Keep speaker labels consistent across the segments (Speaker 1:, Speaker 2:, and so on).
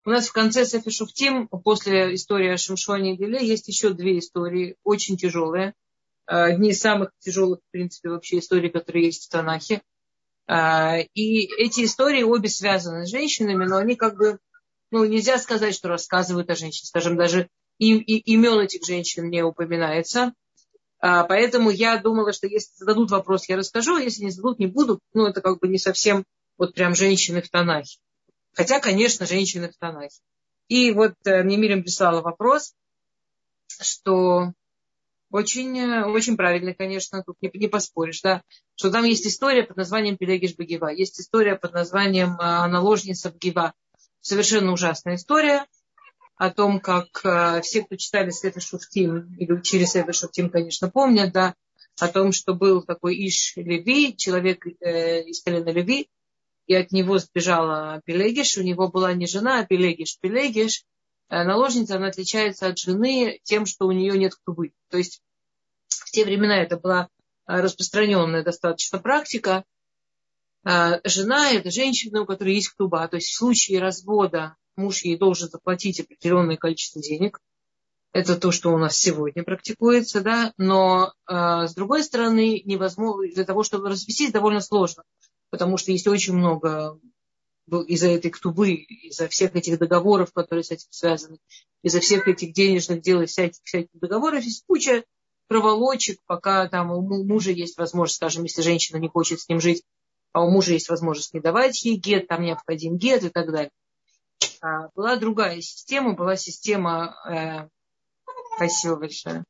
Speaker 1: У нас в конце Сефер Шуфтим, после истории о Шимшоне и Гиле, есть еще две истории, очень тяжелые. Одни из самых тяжелых, в принципе, вообще историй, которые есть в Танахе. И эти истории обе связаны с женщинами, но они как бы, нельзя сказать, что рассказывают о женщинах. Скажем, даже имен этих женщин не упоминается. Поэтому я думала, что если зададут вопрос, я расскажу, а если не зададут, не буду. Это как бы не совсем вот прям женщины в Танахе. Хотя, конечно, женщины в Танахе. И вот мне Мирим прислала вопрос, что очень, очень правильно, конечно, тут не поспоришь, да, что там есть история под названием Пелегиш Багива, есть история под названием Наложница Багива. Совершенно ужасная история о том, как все, кто читали Сефер Шуфтим, или учили Сефер Шуфтим, конечно, помнят, да, о том, что был такой Иш Леви, человек из колена Леви, и от него сбежала Пелегиш, у него была не жена, а Пелегиш. Пелегиш, наложница, она отличается от жены тем, что у нее нет ктубы. То есть в те времена это была распространенная достаточно практика. Жена – это женщина, у которой есть ктуба. То есть в случае развода муж ей должен заплатить определенное количество денег. Это то, что у нас сегодня практикуется, да. Но с другой стороны, невозможно, для того, чтобы развестись, довольно сложно. Потому что есть очень много из-за этой ктубы, из-за всех этих договоров, которые с этим связаны, из-за всех этих денежных дел и всяких договоров, есть куча проволочек, пока там у мужа есть возможность, скажем, если женщина не хочет с ним жить, а у мужа есть возможность не давать ей гет, там необходим гет и так далее. Была другая система, была система, спасибо большое.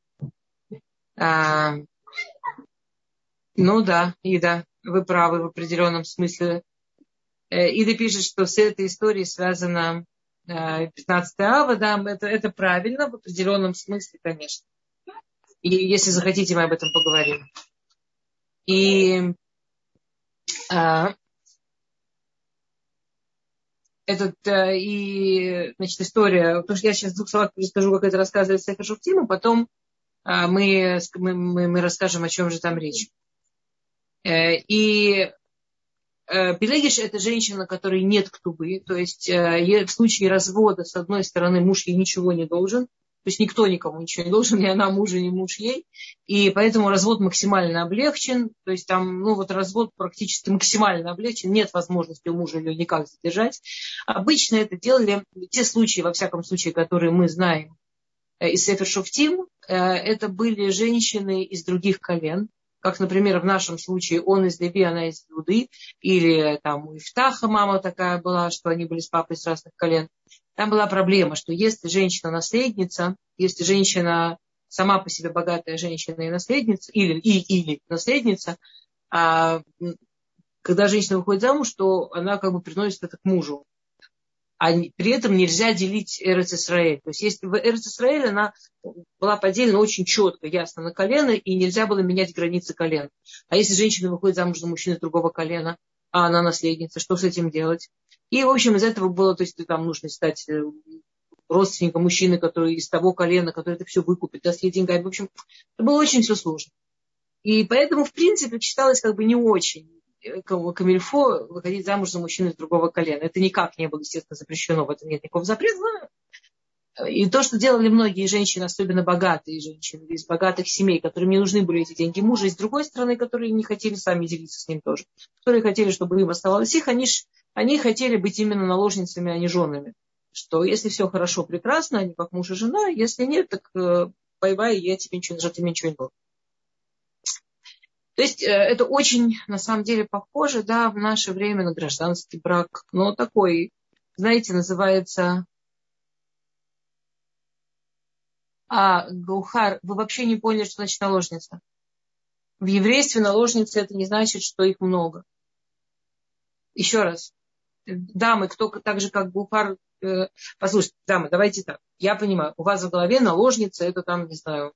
Speaker 1: Ида, вы правы в определенном смысле. Ида пишет, что с этой историей связана 15 ава, да, это правильно в определенном смысле, конечно. И если захотите, мы об этом поговорим. И история, потому что я сейчас в двух словах перескажу, как это рассказывает Сефер Шуфтим, а потом мы расскажем, о чем же там речь. И Пелегиш – это женщина, которой нет ктубы, то есть в случае развода, с одной стороны, муж ей ничего не должен, то есть никто никому ничего не должен, ни она мужу, ни муж ей, и поэтому развод максимально облегчен, то есть там, развод практически максимально облегчен, нет возможности у мужа ее никак задержать. Обычно это делали, те случаи, во всяком случае, которые мы знаем из Сефер Шуфтим, это были женщины из других колен, как, например, в нашем случае он из Леви, она из Иуды, или там у Ифтаха мама такая была, что они были с папой с разных колен. Там была проблема, что если женщина наследница, если женщина сама по себе богатая женщина и наследница, или наследница, когда женщина выходит замуж, то она как бы приносит это к мужу. А при этом нельзя делить Эрец Исраэль. То есть если в Эрец Исраэль она была поделена очень четко, ясно на колено, и нельзя было менять границы колен. А если женщина выходит замуж за мужчину из другого колена, а она наследница, что с этим делать? И, в общем, из этого было, то есть там нужно стать родственником мужчины, который из того колена, который это все выкупит, даст ей деньгами. В общем, это было очень все сложно. И поэтому, в принципе, считалось как бы не очень камильфо выходить замуж за мужчину из другого колена. Это никак не было, естественно, запрещено, в этом нет никакого запрета. И то, что делали многие женщины, особенно богатые женщины, из богатых семей, которым не нужны были эти деньги мужа, и с другой стороны, которые не хотели сами делиться с ним тоже, которые хотели, чтобы им оставалось их, они хотели быть именно наложницами, а не женами. Что если все хорошо, прекрасно, они как муж и жена, если нет, так бай-бай, я тебе ничего не должен. То есть это очень, на самом деле, похоже, да, в наше время на гражданский брак. Но такой, знаете, называется Гаухар. Вы вообще не поняли, что значит наложница. В еврействе наложницы это не значит, что их много. Еще раз. Дамы, кто так же, как Гаухар... Послушайте, дамы, давайте так. Я понимаю, у вас в голове наложница, это там, не знаю...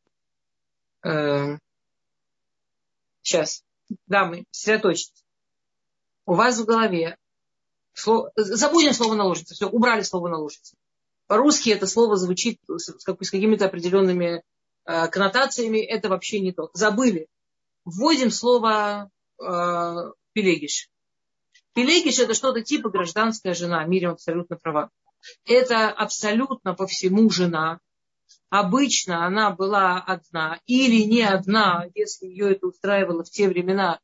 Speaker 1: Сейчас, дамы, сосредоточьтесь. У вас в голове забудем слово наложница. Все, убрали слово наложница. По-русски это слово звучит с какими-то определенными коннотациями. Это вообще не то. Забыли. Вводим слово пелегиш. Пелегиш это что-то типа гражданская жена. Мирим абсолютно права. Это абсолютно по всему жена. Обычно она была одна или не одна, если ее это устраивало в те времена.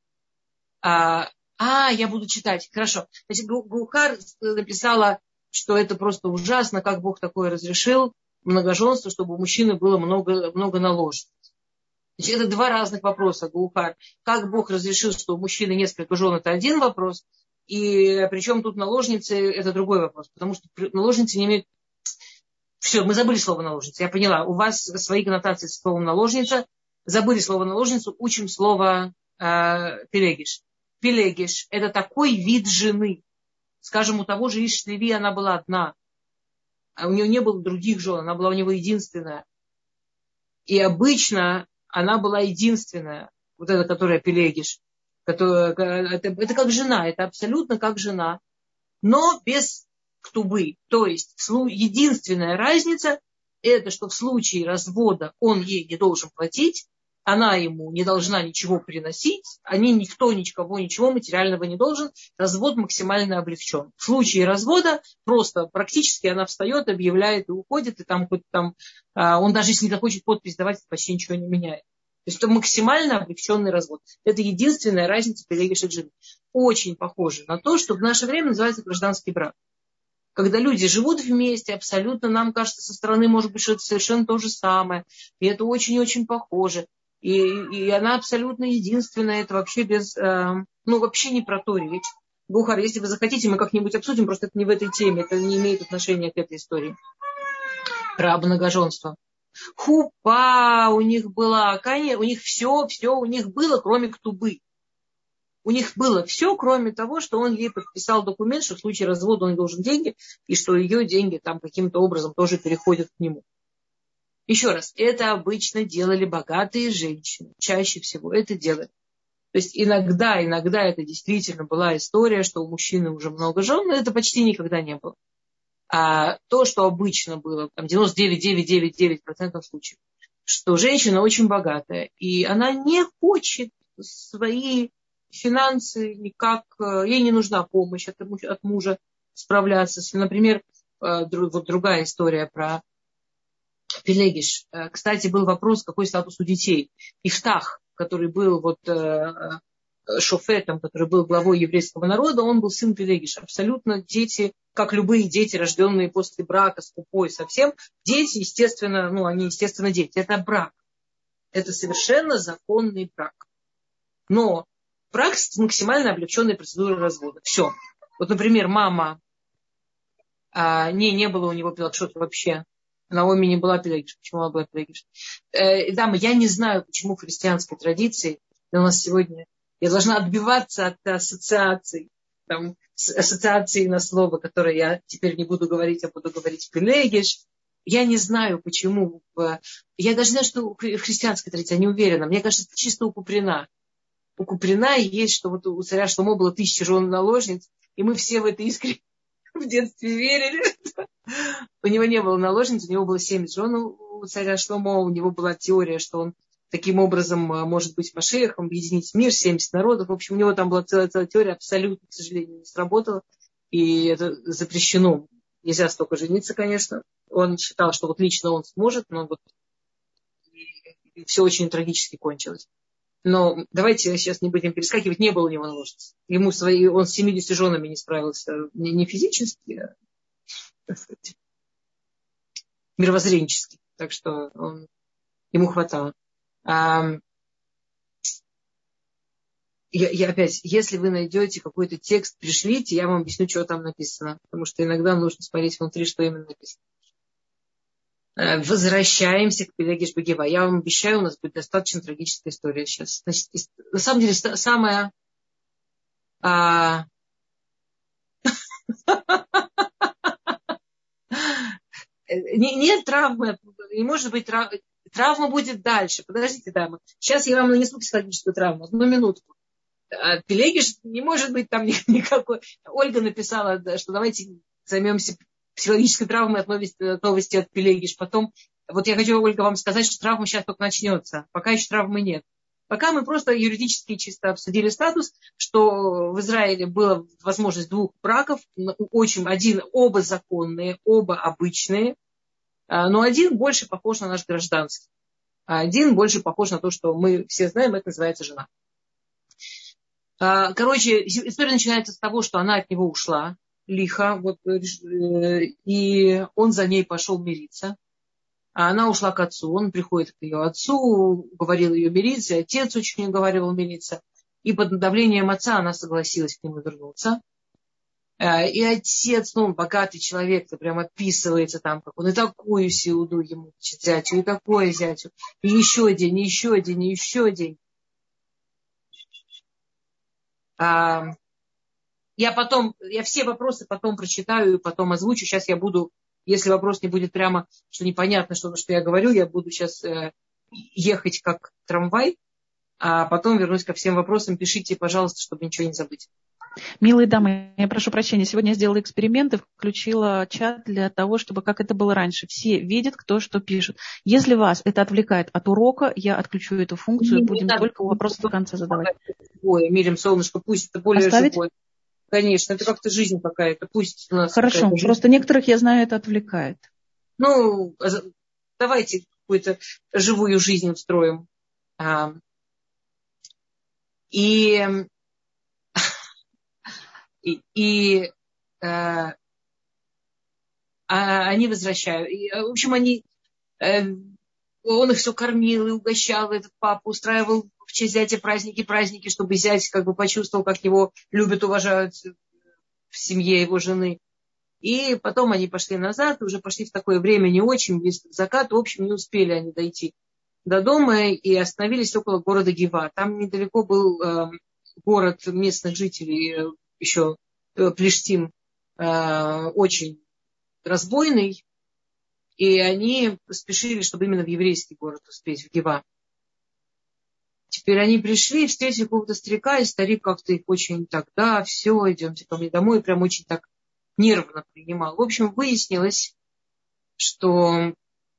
Speaker 1: Я буду читать. Хорошо. Значит, Гаухар написала, что это просто ужасно, как Бог такое разрешил, многоженство, чтобы у мужчины было много наложниц. Значит, это два разных вопроса, Гаухар. Как Бог разрешил, что у мужчины несколько жен, это один вопрос. И причем тут наложницы, это другой вопрос. Потому что наложницы не имеют... Все, мы забыли слово наложница. Я поняла. У вас свои коннотации с словом наложница. Забыли слово наложницу, учим слово пелегиш. Пелегиш – это такой вид жены. Скажем, у того же Иш-Леви она была одна. А у нее не было других жен, она была у него единственная. И обычно она была единственная, вот эта, которая пелегиш. Это как жена, это абсолютно как жена, но без ктубы. То есть единственная разница, это что в случае развода он ей не должен платить, она ему не должна ничего приносить, никто никого ничего материального не должен, развод максимально облегчен. В случае развода просто практически она встает, объявляет и уходит, и он даже если не захочет подпись давать, почти ничего не меняет. То есть это максимально облегченный развод. Это единственная разница пелегиш и джин. Очень похоже на то, что в наше время называется гражданский брак. Когда люди живут вместе, абсолютно нам кажется со стороны, может быть, что это совершенно то же самое. И это очень-очень похоже. И она абсолютно единственная. Это вообще вообще не про то речь. Гухар, если вы захотите, мы как-нибудь обсудим, просто это не в этой теме, это не имеет отношения к этой истории. Про многоженство. Хупа у них была, у них все у них было, кроме ктубы. У них было все, кроме того, что он ей подписал документ, что в случае развода он должен деньги, и что ее деньги там каким-то образом тоже переходят к нему. Еще раз, это обычно делали богатые женщины. Чаще всего это делали. То есть иногда это действительно была история, что у мужчины уже много жен, но это почти никогда не было. А то, что обычно было, там 99,999% случаев, что женщина очень богатая, и она не хочет свои финансы никак, ей не нужна помощь от мужа справляться. Например, другая история про пелегиш. Кстати, был вопрос, какой статус у детей. Ифтах, который был шофетом, который был главой еврейского народа, он был сын пелегиша. Абсолютно дети, как любые дети, рожденные после брака, с купой совсем, дети, естественно, они, естественно, дети. Это брак. Это совершенно законный брак. Но брак с максимально облегченной процедурой развода. Все. Вот, например, мама, не было у него пелакшот вообще. Наоми не была пелегиш. Почему она была пелегиш? Дамы, я не знаю, почему в христианской традиции у нас сегодня я должна отбиваться от ассоциаций, ассоциации на слово, которое я теперь не буду говорить, а буду говорить пелегиш. Я не знаю, почему. Я даже знаю, что в христианской традиции, я не уверена. Мне кажется, это чисто у Куприна. У Куприна есть, что вот у царя Шломо было 1000 жен наложниц, и мы все в это искренне в детстве верили. У него не было наложниц, у него было 7 жен у царя Шломо, у него была теория, что он таким образом может быть Машиахом, объединить мир, 70 народов. В общем, у него там была целая теория, абсолютно, к сожалению, не сработала. И это запрещено. Нельзя столько жениться, конечно. Он считал, что вот лично он сможет, но вот и все очень трагически кончилось. Но давайте сейчас не будем перескакивать, не было у него наложниц. Он с 70 женами не справился не физически, а, так сказать, мировоззренчески. Так что ему хватало. Опять, если вы найдете какой-то текст, пришлите, я вам объясню, что там написано. Потому что иногда нужно смотреть внутри, что именно написано. Возвращаемся к пелегиш бегева. Я вам обещаю, у нас будет достаточно трагическая история сейчас. Значит, на самом деле, самая... Нет травмы. Не может быть травмы. Травма будет дальше. Подождите, дамы. Сейчас я вам нанесу психологическую травму. Одну минутку. Пелегиш не может быть там никакой. Ольга написала, что давайте займемся психологической травмой от новости от пелегиш. Потом, вот я хочу, Ольга, вам сказать, что травма сейчас только начнется. Пока еще травмы нет. Пока мы просто юридически чисто обсудили статус, что в Израиле была возможность 2 браков, оба законные, оба обычные, но один больше похож на наш гражданский, а один больше похож на то, что мы все знаем, это называется жена. Короче, история начинается с того, что она от него ушла, лихо, и он за ней пошел мириться. А она ушла к отцу, он приходит к ее отцу, уговорил ее мириться, и отец очень уговаривал мириться. И под давлением отца она согласилась к нему вернуться. И отец, богатый человек, прям описывается там, как он и такую силу ему зятю, и такое зятю, и еще день, и еще день, и еще день. Я все вопросы потом прочитаю и потом озвучу. Сейчас я буду, если вопрос не будет прямо, что непонятно, что я говорю, я буду сейчас ехать как трамвай, а потом вернусь ко всем вопросам. Пишите, пожалуйста, чтобы ничего не забыть.
Speaker 2: Милые дамы, я прошу прощения, сегодня я сделала эксперимент и включила чат для того, чтобы, как это было раньше, все видят, кто что пишет. Если вас это отвлекает от урока, я отключу эту функцию, будем только вопросы в конце задавать.
Speaker 1: Мирим, солнышко, пусть это более
Speaker 2: оставить?
Speaker 1: Живое. Конечно, это как-то жизнь какая-то, пусть у нас.
Speaker 2: Хорошо, просто некоторых, я знаю, это отвлекает.
Speaker 1: Давайте какую-то живую жизнь устроим. Они возвращают. В общем, он их все кормил и угощал, этот папа устраивал в честь зятя праздники, чтобы зять почувствовал, как его любят, уважают в семье его жены. И потом они пошли назад, уже пошли в такое время не очень, близко к закату. В общем, не успели они дойти до дома и остановились около города Гива. Там недалеко был город местных жителей, еще Плештим, очень разбойный. И они спешили, чтобы именно в еврейский город успеть, в Гива. Теперь они пришли, встретили какого-то старика, и старик как-то их очень так, да, все, идемте ко мне домой, прям очень так нервно принимал. В общем, выяснилось, что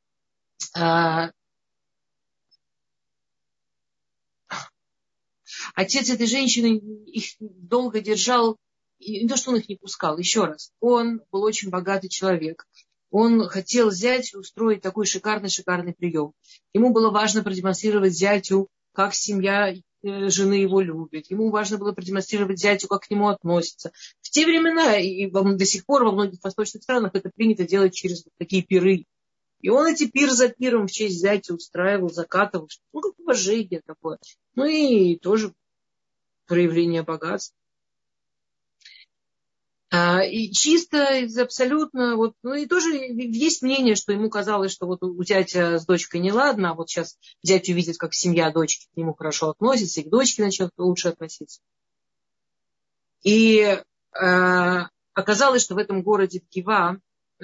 Speaker 1: отец этой женщины их долго держал, и не то, что он их не пускал, еще раз, он был очень богатый человек. Он хотел зятю устроить такой шикарный прием. Ему было важно продемонстрировать зятю, как семья жены его любит. Ему важно было продемонстрировать зятю, как к нему относятся. В те времена, и до сих пор во многих восточных странах это принято делать через такие пиры. И он эти пир за пиром в честь зятя устраивал, закатывал. Как уважение такое. И тоже проявление богатства. И чисто, абсолютно, и тоже есть мнение, что ему казалось, что у зятя с дочкой неладно, а сейчас зять увидит, как семья дочки к нему хорошо относится, и к дочке начнет лучше относиться. И оказалось, что в этом городе Гива,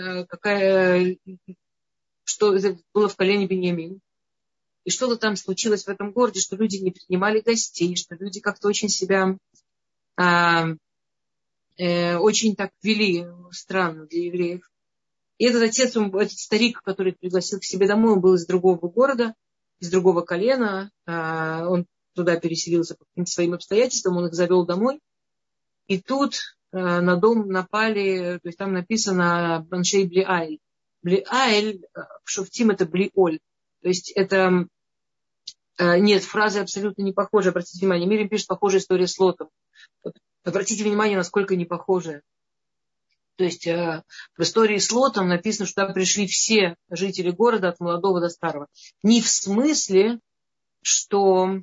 Speaker 1: что это было в колене Беньямин, и что-то там случилось в этом городе, что люди не принимали гостей, что люди как-то очень себя очень так вели странно для евреев. И этот отец, этот старик, который пригласил к себе домой, он был из другого города, из другого колена. Он туда переселился по каким-то своим обстоятельствам, он их завел домой. И тут на дом напали, то есть там написано Баншей Блиайль. Блиайль, в Шуфтим это Блиоль. То есть это... Нет, фраза абсолютно не похожа. Обратите внимание, Мирим пишет похожая история с Лотом. Обратите внимание, насколько не похожая. То есть в истории с Лотом написано, что туда пришли все жители города от молодого до старого. Не в смысле, что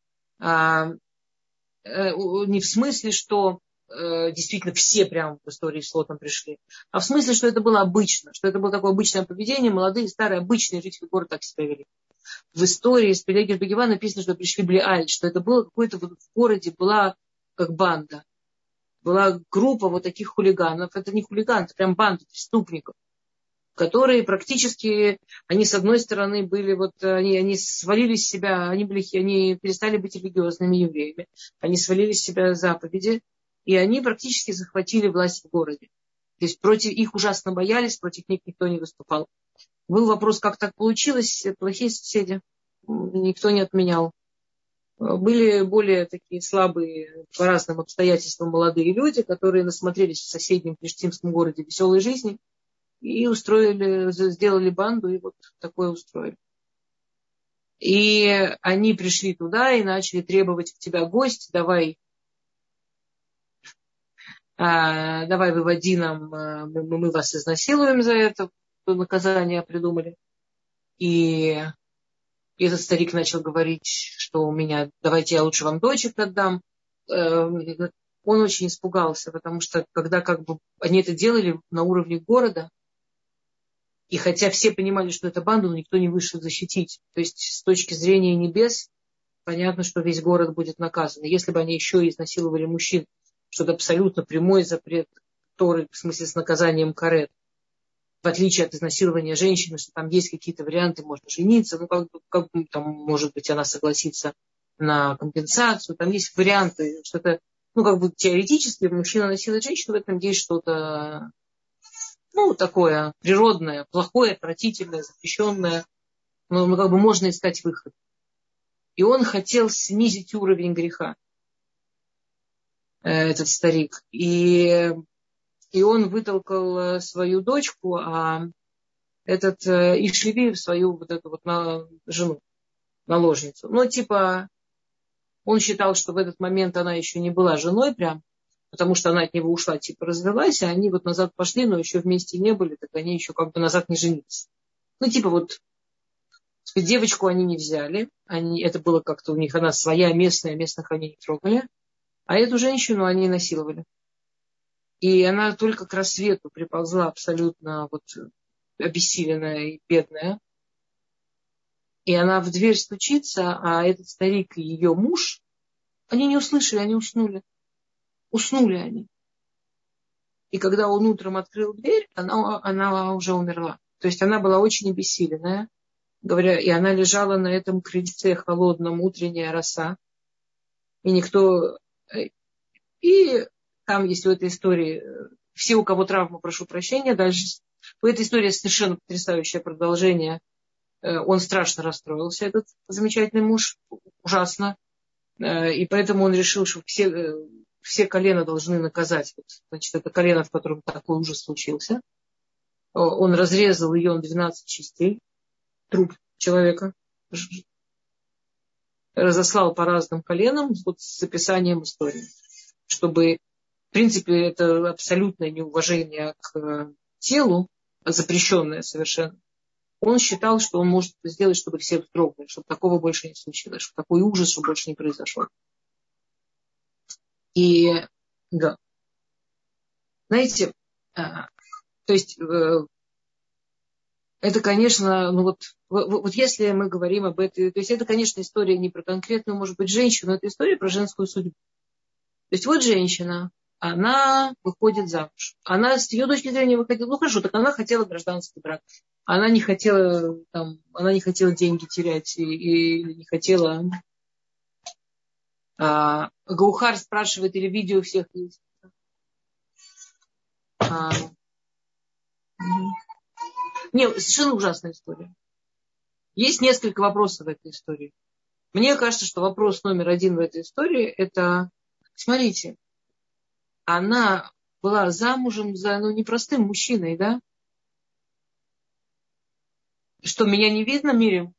Speaker 1: действительно все прямо в истории с Лотом пришли, а в смысле, что это было обычно, что это было такое обычное поведение, молодые, старые, обычные жители города так себя вели. В истории с Пелегер Бегева написано, что пришли Блиаль, что это было какое-то в городе была как банда. Была группа таких хулиганов. Это не хулиганы, это прям банда преступников, которые практически, они с одной стороны были, они свалили с себя, они перестали быть религиозными евреями, они свалили с себя заповеди, и они практически захватили власть в городе. То есть против их ужасно боялись, против них никто не выступал. Был вопрос, как так получилось, плохие соседи, никто не отменял. Были более такие слабые по разным обстоятельствам молодые люди, которые насмотрелись в соседнем плештимском городе веселой жизни и сделали банду, и вот такое устроили. И они пришли туда и начали требовать от тебя гость, давай выводи нам, мы вас изнасилуем за это, наказание придумали. И этот старик начал говорить, что давайте я лучше вам дочек отдам. Он очень испугался, потому что когда они это делали на уровне города, и хотя все понимали, что это банда, но никто не вышел защитить. То есть с точки зрения небес, понятно, что весь город будет наказан. И если бы они еще и изнасиловали мужчин, что это абсолютно прямой запрет Торы, в смысле с наказанием карет, в отличие от изнасилования женщины, что там есть какие-то варианты, можно жениться, там, может быть, она согласится на компенсацию, там есть варианты, что это, теоретически мужчина насилует женщину, в этом есть что-то, такое природное, плохое, отвратительное, запрещенное, но можно искать выход. И он хотел снизить уровень греха, этот старик. И он вытолкал свою дочку, а этот Ишеви свою вот эту вот жену, наложницу. Он считал, что в этот момент она еще не была женой прям, потому что она от него ушла, развелась, а они вот назад пошли, но еще вместе не были, так они еще назад не женились. Девочку они не взяли, это было как-то у них, она своя, местная, местных они не трогали, а эту женщину они насиловали. И она только к рассвету приползла абсолютно обессиленная и бедная. И она в дверь стучится, а этот старик и ее муж, они не услышали, они уснули. Уснули они. И когда он утром открыл дверь, она уже умерла. То есть она была очень обессиленная. И она лежала на этом крыльце холодном, утренняя роса. И там есть в этой истории, все, у кого травма, прошу прощения, дальше. В этой истории совершенно потрясающее продолжение. Он страшно расстроился, этот замечательный муж, ужасно. И поэтому он решил, что все колена должны наказать. Это колено, в котором такой ужас случился. Он разрезал ее на 12 частей, труп человека, разослал по разным коленам с описанием истории. Чтобы, в принципе, это абсолютное неуважение к телу, запрещенное совершенно. Он считал, что он может это сделать, чтобы все вздрогнули, чтобы такого больше не случилось, чтобы такой ужас чтобы больше не произошел. И, да. Знаете, то есть, это, конечно, если мы говорим об этой, то есть это, конечно, история не про конкретную, может быть, женщину, это история про женскую судьбу. То есть женщина, она выходит замуж. Она с ее точки зрения выходила, хорошо, так она хотела гражданский брак. Она не хотела деньги терять и не хотела. Гаухар спрашивает, или видео всех есть. Нет, совершенно ужасная история. Есть несколько вопросов в этой истории. Мне кажется, что вопрос номер один в этой истории это, смотрите, она была замужем за непростым мужчиной, да? Что, меня не видно, Мирим?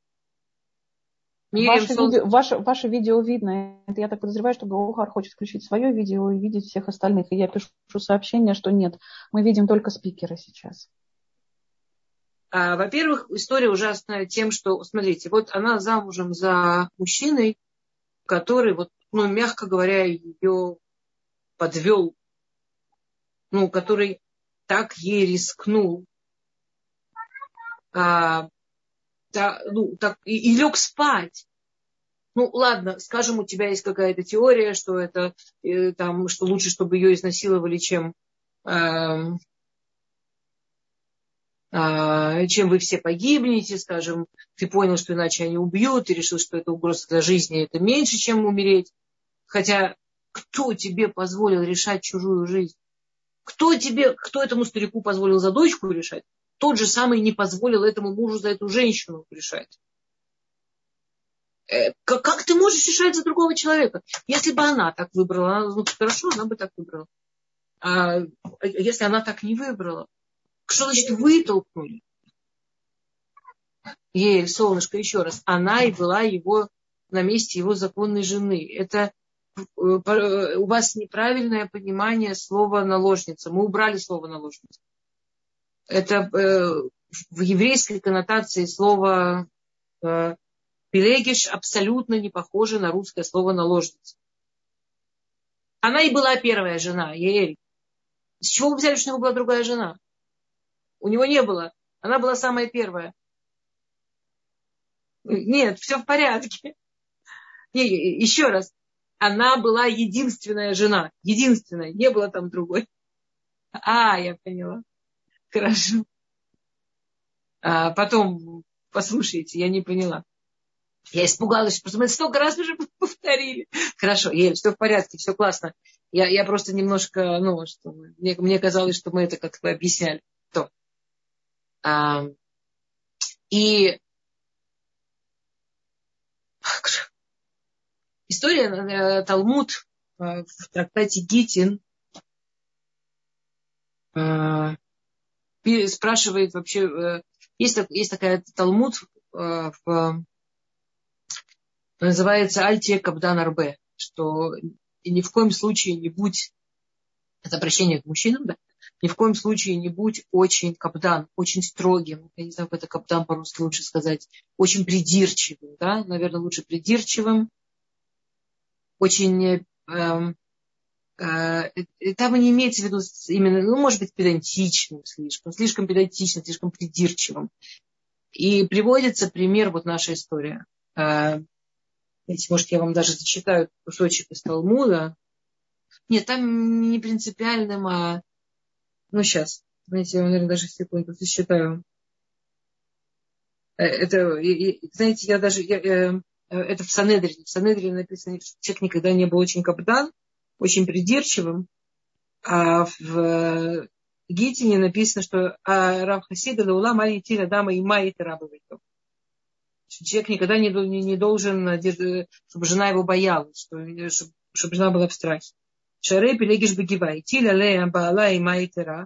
Speaker 2: Ваше видео видно. Это я так подозреваю, что Гаухар хочет включить свое видео и видеть всех остальных. И я пишу сообщение, что нет. Мы видим только спикера сейчас.
Speaker 1: Во-первых, история ужасная тем, что, смотрите, она замужем за мужчиной, который, мягко говоря, ее подвел, который так ей рискнул, и лег спать. Ладно, скажем, у тебя есть какая-то теория, что это что лучше, чтобы ее изнасиловали, чем вы все погибнете, скажем, ты понял, что иначе они убьют, ты решил, что это угроза для жизни, это меньше, чем умереть. Хотя, кто тебе позволил решать чужую жизнь? Кто этому старику позволил за дочку решать? Тот же самый не позволил этому мужу за эту женщину решать. Как ты можешь решать за другого человека? Если бы она так выбрала, ну, хорошо, она бы так выбрала. А если она так не выбрала, что значит вытолкнули? Ей, солнышко, еще раз. Она и была его на месте его законной жены. Это у вас неправильное понимание слова наложница. Мы убрали слово наложница. Это в еврейской коннотации слово пелегиш абсолютно не похоже на русское слово наложница. Она и была первая жена, Яэль. С чего вы взяли, что у него была другая жена? У него не было. Она была самая первая. Нет, все в порядке. Еще раз. Она была единственная жена. Единственная. Не было там другой. Я поняла. Хорошо. Потом послушайте, я не поняла. Я испугалась, просто мы столько раз уже повторили. Хорошо, Ель, все в порядке, все классно. Я просто немножко, что мне казалось, что мы это как-то объясняли. И история Талмуд в трактате Гитин спрашивает вообще, есть такая Талмуд, называется Альтия Кабдан Арбе, что ни в коем случае не будь, это обращение к мужчинам, да, ни в коем случае не будь очень кабдан, очень строгим, я не знаю, как это кабдан по-русски лучше сказать, очень придирчивым, да, наверное, лучше придирчивым, очень, там не имеется в виду именно, может быть, педантичным слишком педантичным, слишком придирчивым. И приводится пример, нашей истории. Может, я вам даже зачитаю кусочек из Талмуда. Нет, там не принципиальным, сейчас. Знаете, я, наверное, даже секунду зачитаю. Это, знаете, это в Санедрине. В Санедрине написано, что человек никогда не был очень кабдан, очень придирчивым. А в Гитине написано, что Рав Хасида лаулам аль-ятиль адама и маит рабовитов. Человек никогда не должен, чтобы жена его боялась, чтобы жена была в страхе. Шарей пелегиш бегивай. Тиля лея баала и майтера.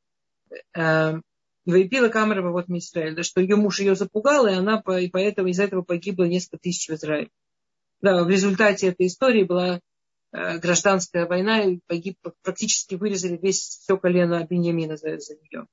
Speaker 1: Выпила камера вот Мисраэль, что ее муж ее запугал, и поэтому из-за этого погибло несколько тысяч в Израиле. Да, в результате этой истории была гражданская война, и практически вырезали все колено Беньямина за нее.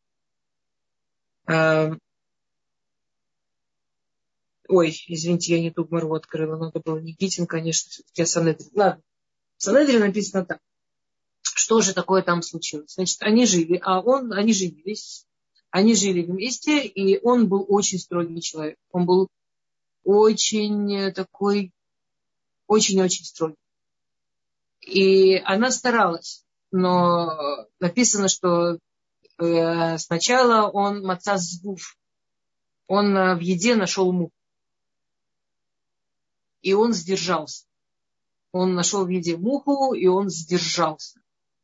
Speaker 1: Извините, я не ту гмару открыла, но это было не Гитин, конечно, все-таки Санедрин. Ладно, в Санедрине написано так. Что же такое там случилось? Значит, они женились, они жили вместе, и он был очень строгий человек. Он был очень такой, очень-очень строгий. И она старалась, но написано, что сначала он мацаз звуф, он в еде нашел муку. И он сдержался. Он нашел в еде муху, и он сдержался.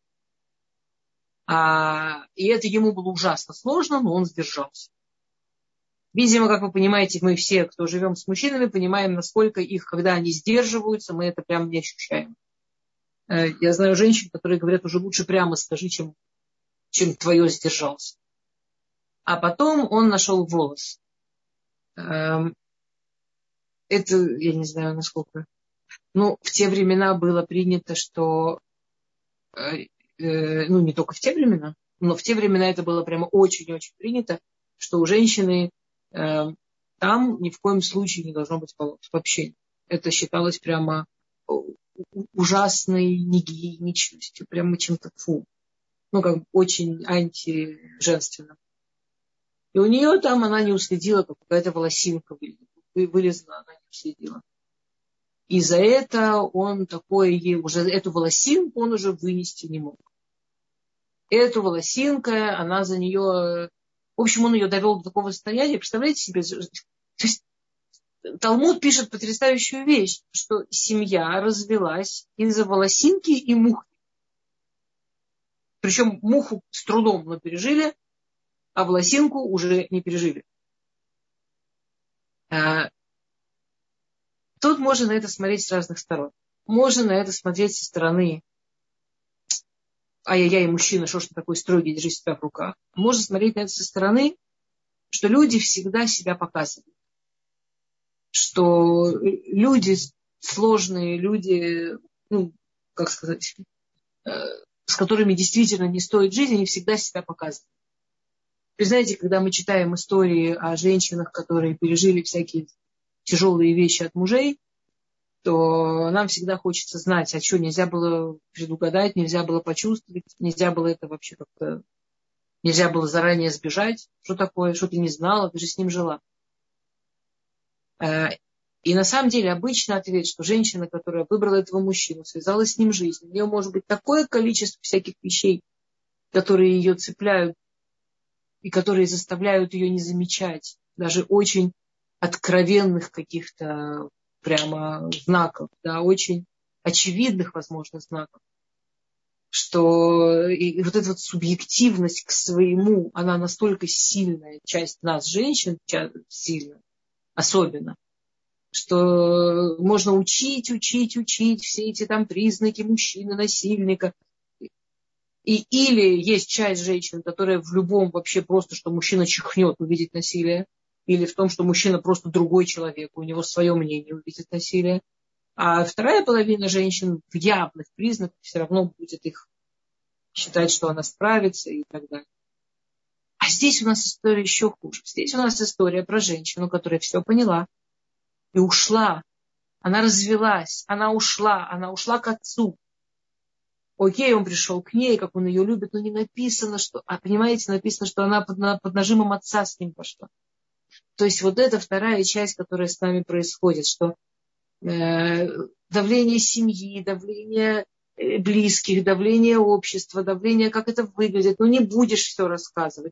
Speaker 1: И это ему было ужасно сложно, но он сдержался. Видимо, как вы понимаете, мы все, кто живем с мужчинами, понимаем, насколько их, когда они сдерживаются, мы это прямо не ощущаем. Я знаю женщин, которые говорят, уже лучше прямо скажи, чем твое сдержался. А потом он нашел волос. Это, я не знаю, насколько. В те времена было принято, что не только в те времена, но в те времена это было прямо очень-очень принято, что у женщины там ни в коем случае не должно быть волос вообще. Это считалось прямо ужасной негигиеничностью, прямо чем-то как очень антиженственным. И у нее там она не уследила, какая-то волосинка вылезла, она не уследила. И за это он эту волосинку он уже вынести не мог. Эту волосинку, она за нее... В общем, он ее довел до такого состояния. Представляете себе? То есть Талмуд пишет потрясающую вещь, что семья развелась из-за волосинки и мухи. Причем муху с трудом мы пережили, а волосинку уже не пережили. Тут можно на это смотреть с разных сторон. Можно на это смотреть со стороны ай-яй-яй, мужчина, что ж ты такой строгий, держи себя в руках. Можно смотреть на это со стороны, что люди всегда себя показывают. Что люди сложные, люди, как сказать, с которыми действительно не стоит жизни, они всегда себя показывают. Вы знаете, когда мы читаем истории о женщинах, которые пережили всякие тяжелые вещи от мужей, то нам всегда хочется знать, а что нельзя было предугадать, нельзя было почувствовать, нельзя было это вообще как-то, нельзя было заранее сбежать. Что такое, что ты не знала, ты же с ним жила. И на самом деле обычный ответ, что женщина, которая выбрала этого мужчину, связала с ним жизнь, у нее может быть такое количество всяких вещей, которые ее цепляют и которые заставляют ее не замечать даже очень откровенных каких-то прямо знаков, да, очень очевидных, возможно, знаков, что и вот эта вот субъективность к своему, она настолько сильная, часть нас, женщин, сильная, особенно, что можно учить все эти там признаки мужчины, насильника. Или есть часть женщин, которая в любом вообще просто, что мужчина чихнет, увидеть насилие. Или в том, что мужчина просто другой человек, у него свое мнение, увидит насилие. А вторая половина женщин в явных признаках все равно будет их считать, что она справится и так далее. А здесь у нас история еще хуже. Здесь у нас история про женщину, которая все поняла и ушла. Она развелась, она ушла к отцу. Окей, он пришел к ней, как он ее любит, но не написано, что... понимаете, написано, что она под нажимом отца с ним пошла. То есть вот это вторая часть, которая с нами происходит, что давление семьи, давление близких, давление общества, давление, как это выглядит. Не будешь все рассказывать.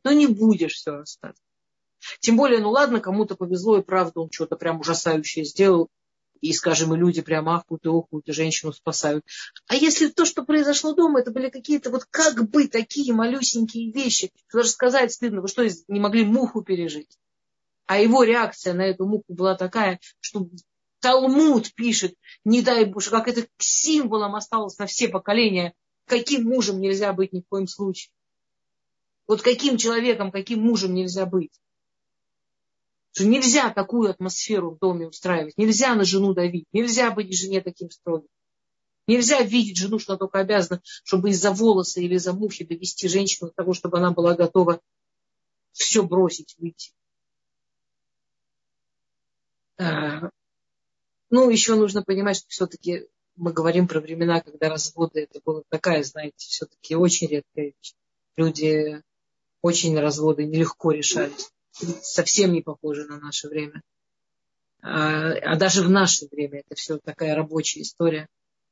Speaker 1: Тем более, ладно, кому-то повезло, и правда он что-то прям ужасающее сделал. И, скажем, и люди прям ахают и охают, и женщину спасают. А если то, что произошло дома, это были какие-то вот как бы такие малюсенькие вещи, что даже сказать стыдно, вы что, не могли муху пережить? А его реакция на эту муху была такая, что Талмуд пишет, не дай Боже, как это символом осталось на все поколения, каким мужем нельзя быть ни в коем случае. Вот каким человеком, каким мужем нельзя быть. Что нельзя такую атмосферу в доме устраивать, нельзя на жену давить, нельзя быть жене таким строгим. Нельзя видеть жену, что она только обязана, чтобы из-за волоса или из-за мухи довести женщину до того, чтобы она была готова все бросить, выйти. Еще нужно понимать, что все-таки мы говорим про времена, когда разводы, это была такая, знаете, все-таки очень редкая вещь. Люди очень разводы нелегко решались. Совсем не похоже на наше время. А даже в наше время это все такая рабочая история.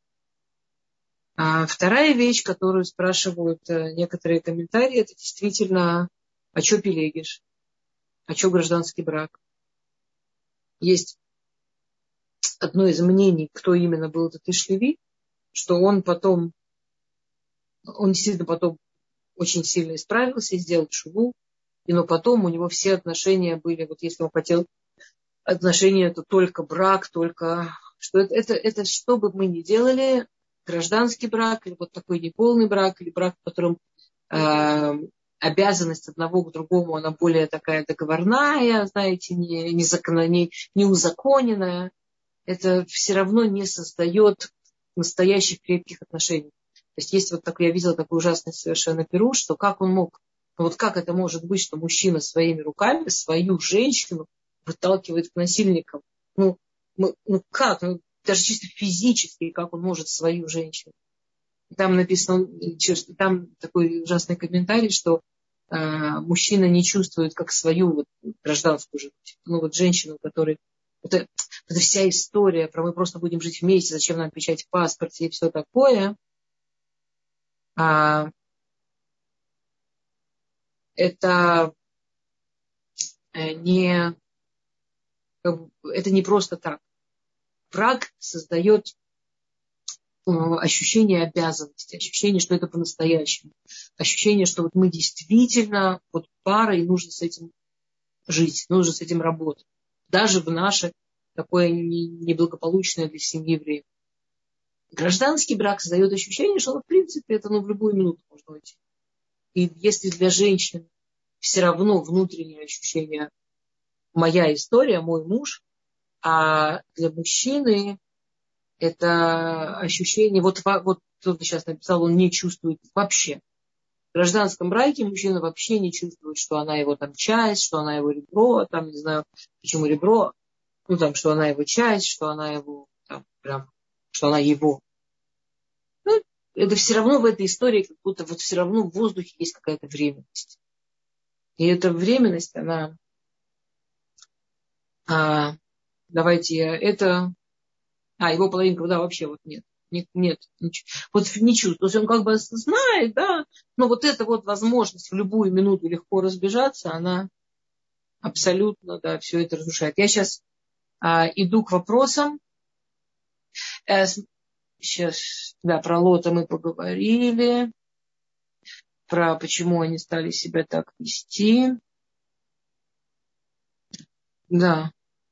Speaker 1: А вторая вещь, которую спрашивают некоторые комментарии, это действительно, а что пелегиш? А что гражданский брак? Есть одно из мнений, кто именно был этот Иш-Леви, что он действительно потом очень сильно исправился и сделал шуву, но потом у него все отношения были, вот если он хотел отношения, то только брак, только... Что это что бы мы ни делали, гражданский брак, или вот такой неполный брак, или брак, в котором обязанность одного к другому, она более такая договорная, знаете, не узаконенная, это все равно не создает настоящих крепких отношений. То есть есть вот такой, я видела такой ужасный совершенно пируш, что как он мог, вот как это может быть, что мужчина своими руками свою женщину выталкивает к насильникам? Как? Даже чисто физически, как он может свою женщину? Там написано, там такой ужасный комментарий, что мужчина не чувствует как свою гражданскую женщину. Женщину, которая... Это вся история про мы просто будем жить вместе, зачем нам печать в паспорте и все такое. Это не просто так. Брак создает ощущение обязанности, ощущение, что это по-настоящему, ощущение, что мы действительно пара, и нужно с этим жить, нужно с этим работать. Даже в наше такое неблагополучное для семьи время. Гражданский брак создает ощущение, что, в принципе, это в любую минуту можно уйти. И если для женщин все равно внутреннее ощущение моя история, мой муж, а для мужчины это ощущение, вот кто-то сейчас написал, он не чувствует вообще. В гражданском браке мужчина вообще не чувствует, что она его там часть, что она его ребро, там не знаю, почему ребро, что она его часть, что она его там прям, что она его. Это все равно в этой истории, как будто вот все равно в воздухе есть какая-то временность. И эта временность, она, его половинка, да, вообще вот нет. Нет, вот не чувствует. То есть он как бы знает, да, но вот эта вот возможность в любую минуту легко разбежаться, она абсолютно, да, все это разрушает. Я сейчас иду к вопросам. Сейчас, да, про Лота мы поговорили, про почему они стали себя так вести. Да.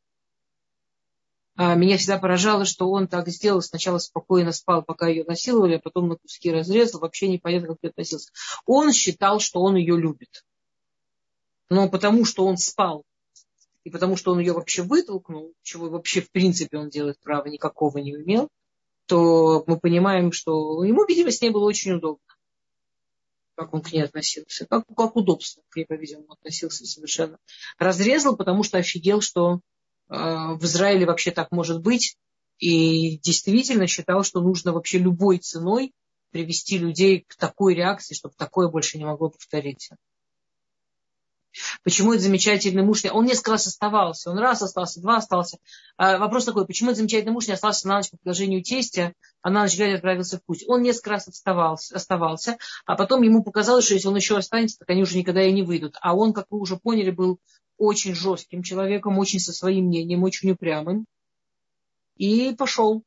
Speaker 1: Меня всегда поражало, что он так сделал. Сначала спокойно спал, пока ее насиловали, а потом на куски разрезал. Вообще непонятно, как это относился. Он считал, что он ее любит. Но потому что он спал, и потому что он ее вообще вытолкнул, чего вообще в принципе он делать права никакого не имел, то мы понимаем, что ему, видимо, с ней было очень удобно. Как он к ней относился. Как удобство к ней, по-видимому, относился совершенно. Разрезал, потому что офигел, что в Израиле вообще так может быть. И действительно считал, что нужно вообще любой ценой привести людей к такой реакции, чтобы такое больше не могло повториться. Почему этот замечательный муж... Он несколько раз оставался. Он раз остался, два остался. Вопрос такой, почему этот замечательный муж не остался на ночь по предложению тестя, а на ночь глядя отправился в путь? Он несколько раз оставался, а потом ему показалось, что если он еще останется, так они уже никогда и не выйдут. А он, как вы уже поняли, был очень жестким человеком, очень со своим мнением, очень упрямым. И пошел.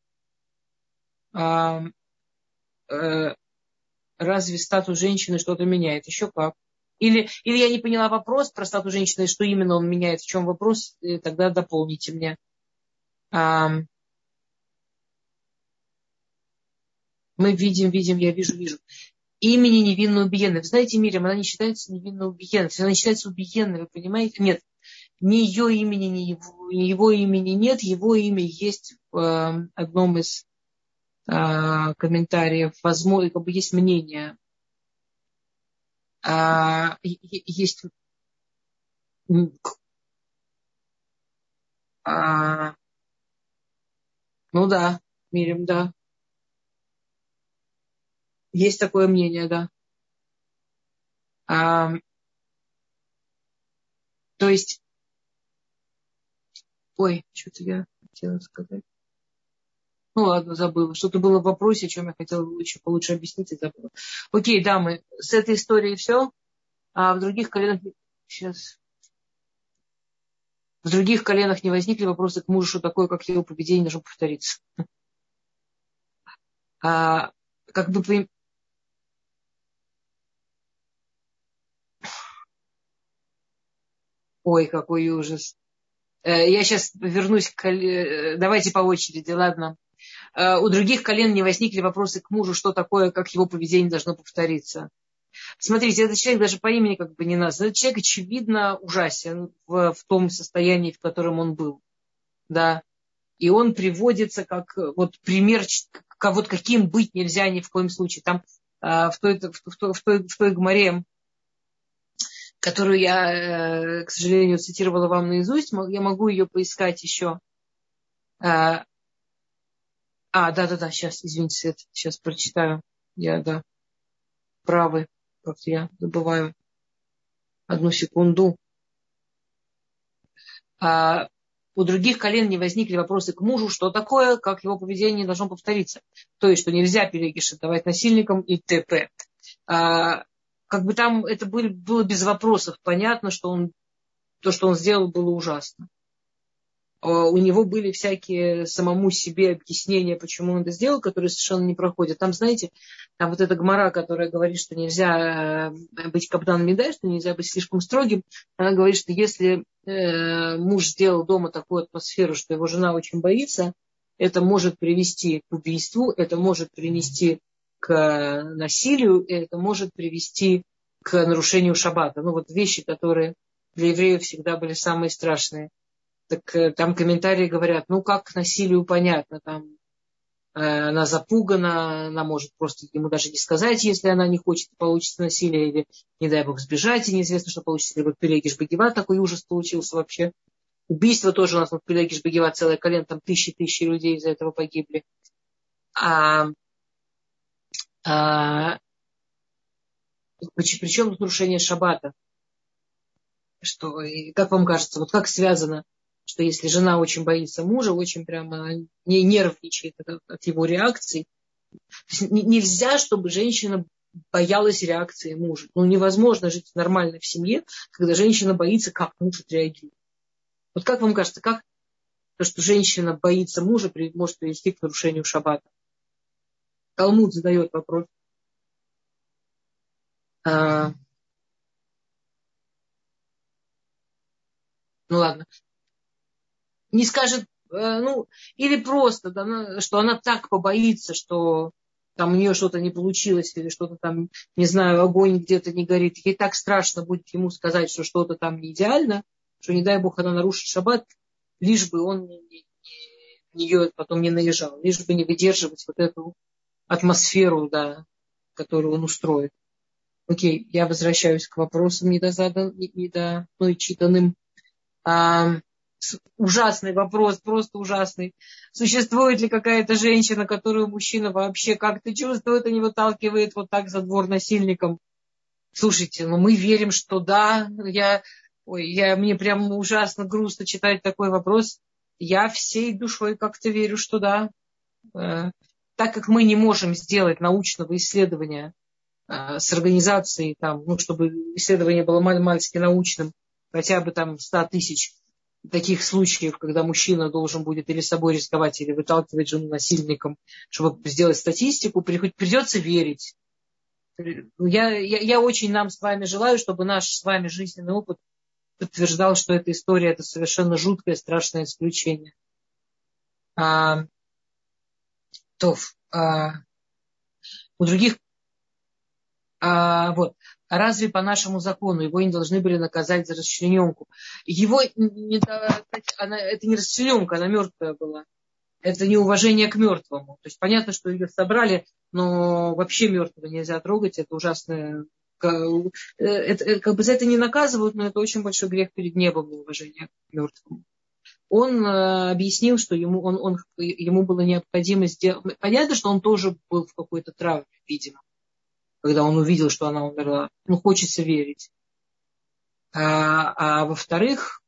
Speaker 1: Разве статус женщины что-то меняет? Еще как. Или я не поняла вопрос про статус женщины, что именно он меняет, в чем вопрос, тогда дополните мне. Мы видим, я вижу. Имени невинно убиенной. Вы знаете, Мирьям, она не считается невинно убиенной. Она считается убиенной, вы понимаете? Нет, ни ее имени, ни его имени нет. Его имя есть в одном из комментариев. Возможно, как бы есть мнение. Есть... Ну да, Мирьям, да. Есть такое мнение, да. То есть, что-то я хотела сказать. Ну ладно, забыла. Что-то было в вопросе, о чем я хотела еще получше объяснить, и забыла. Окей, дамы, с этой историей все. А в других коленах... Сейчас. В других коленах не возникли вопросы к мужу, что такое, как его поведение должно повториться. Как бы... Ой, какой ужас. Я сейчас вернусь к... Давайте по очереди, ладно. У других колен не возникли вопросы к мужу, что такое, как его поведение должно повториться. Смотрите, этот человек даже по имени как бы не назван. Этот человек, очевидно, ужасен в том состоянии, в котором он был. Да. И он приводится как вот пример, вот каким быть нельзя ни в коем случае. Там в той гмаре, которую я, к сожалению, цитировала вам наизусть, я могу ее поискать еще. Да, сейчас, извините, Свет, сейчас прочитаю. Да, правы, как-то я забываю. Одну секунду. У других колен не возникли вопросы к мужу, что такое, как его поведение должно повториться. То есть, что нельзя перегиши давать насильникам и т.п. Как бы там это было без вопросов. Понятно, что то, что он сделал, было ужасно. У него были всякие самому себе объяснения, почему он это сделал, которые совершенно не проходят. Там, знаете, там вот эта гмара, которая говорит, что нельзя быть капдан мидай, что нельзя быть слишком строгим, она говорит, что если муж сделал дома такую атмосферу, что его жена очень боится, это может привести к убийству, это может привести к насилию, это может привести к нарушению шаббата. Ну вот вещи, которые для евреев всегда были самые страшные. Так там комментарии говорят, ну как к насилию понятно, там она запугана, она может просто ему даже не сказать, если она не хочет, получится насилие, или, не дай бог, сбежать, и неизвестно, что получится. Или вот Пелегиш Багива, такой ужас получился вообще. Убийство тоже у нас, вот Пелегиш Багива, целое колено, там тысячи людей из-за этого погибли. Причем тут нарушение шаббата? Что, как вам кажется, вот как связано, что если жена очень боится мужа, очень прямо не нервничает от его реакций, нельзя, чтобы женщина боялась реакции мужа. Ну, невозможно жить нормально в семье, когда женщина боится, как муж отреагирует. Вот как вам кажется, как то, что женщина боится мужа, может привести к нарушению шаббата? Талмуд задает вопрос. Ну ладно. Не скажет, или просто, да, что она так побоится, что там у нее что-то не получилось, или что-то там, не знаю, огонь где-то не горит. Ей так страшно будет ему сказать, что что-то там не идеально, что, не дай бог, она нарушит шаббат, лишь бы он нее потом не наезжал, лишь бы не выдерживать вот эту атмосферу, да, которую он устроит. Окей, я возвращаюсь к вопросам недочитанным. Ужасный вопрос, просто ужасный. Существует ли какая-то женщина, которую мужчина вообще как-то чувствует и не выталкивает вот так за двор насильником? Слушайте, мы верим, что да. Мне прям ужасно грустно читать такой вопрос. Я всей душой как-то верю, что да. Так как мы не можем сделать научного исследования с организацией, чтобы исследование было мальски научным, хотя бы 100 тысяч таких случаев, когда мужчина должен будет или собой рисковать, или выталкивать жену насильником, чтобы сделать статистику, придется верить. Я очень нам с вами желаю, чтобы наш с вами жизненный опыт подтверждал, что эта история – это совершенно жуткое, страшное исключение. У других разве по нашему закону его не должны были наказать за расчлененку? Его это не расчлененка, она мертвая была. Это неуважение к мертвому. То есть понятно, что ее собрали, но вообще мертвого нельзя трогать. Это ужасное. За это не наказывают, но это очень большой грех перед небом, неуважение к мертвому. Он объяснил, что ему было необходимо сделать. Понятно, что он тоже был в какой-то травме, видимо, когда он увидел, что она умерла. Хочется верить. Во-вторых,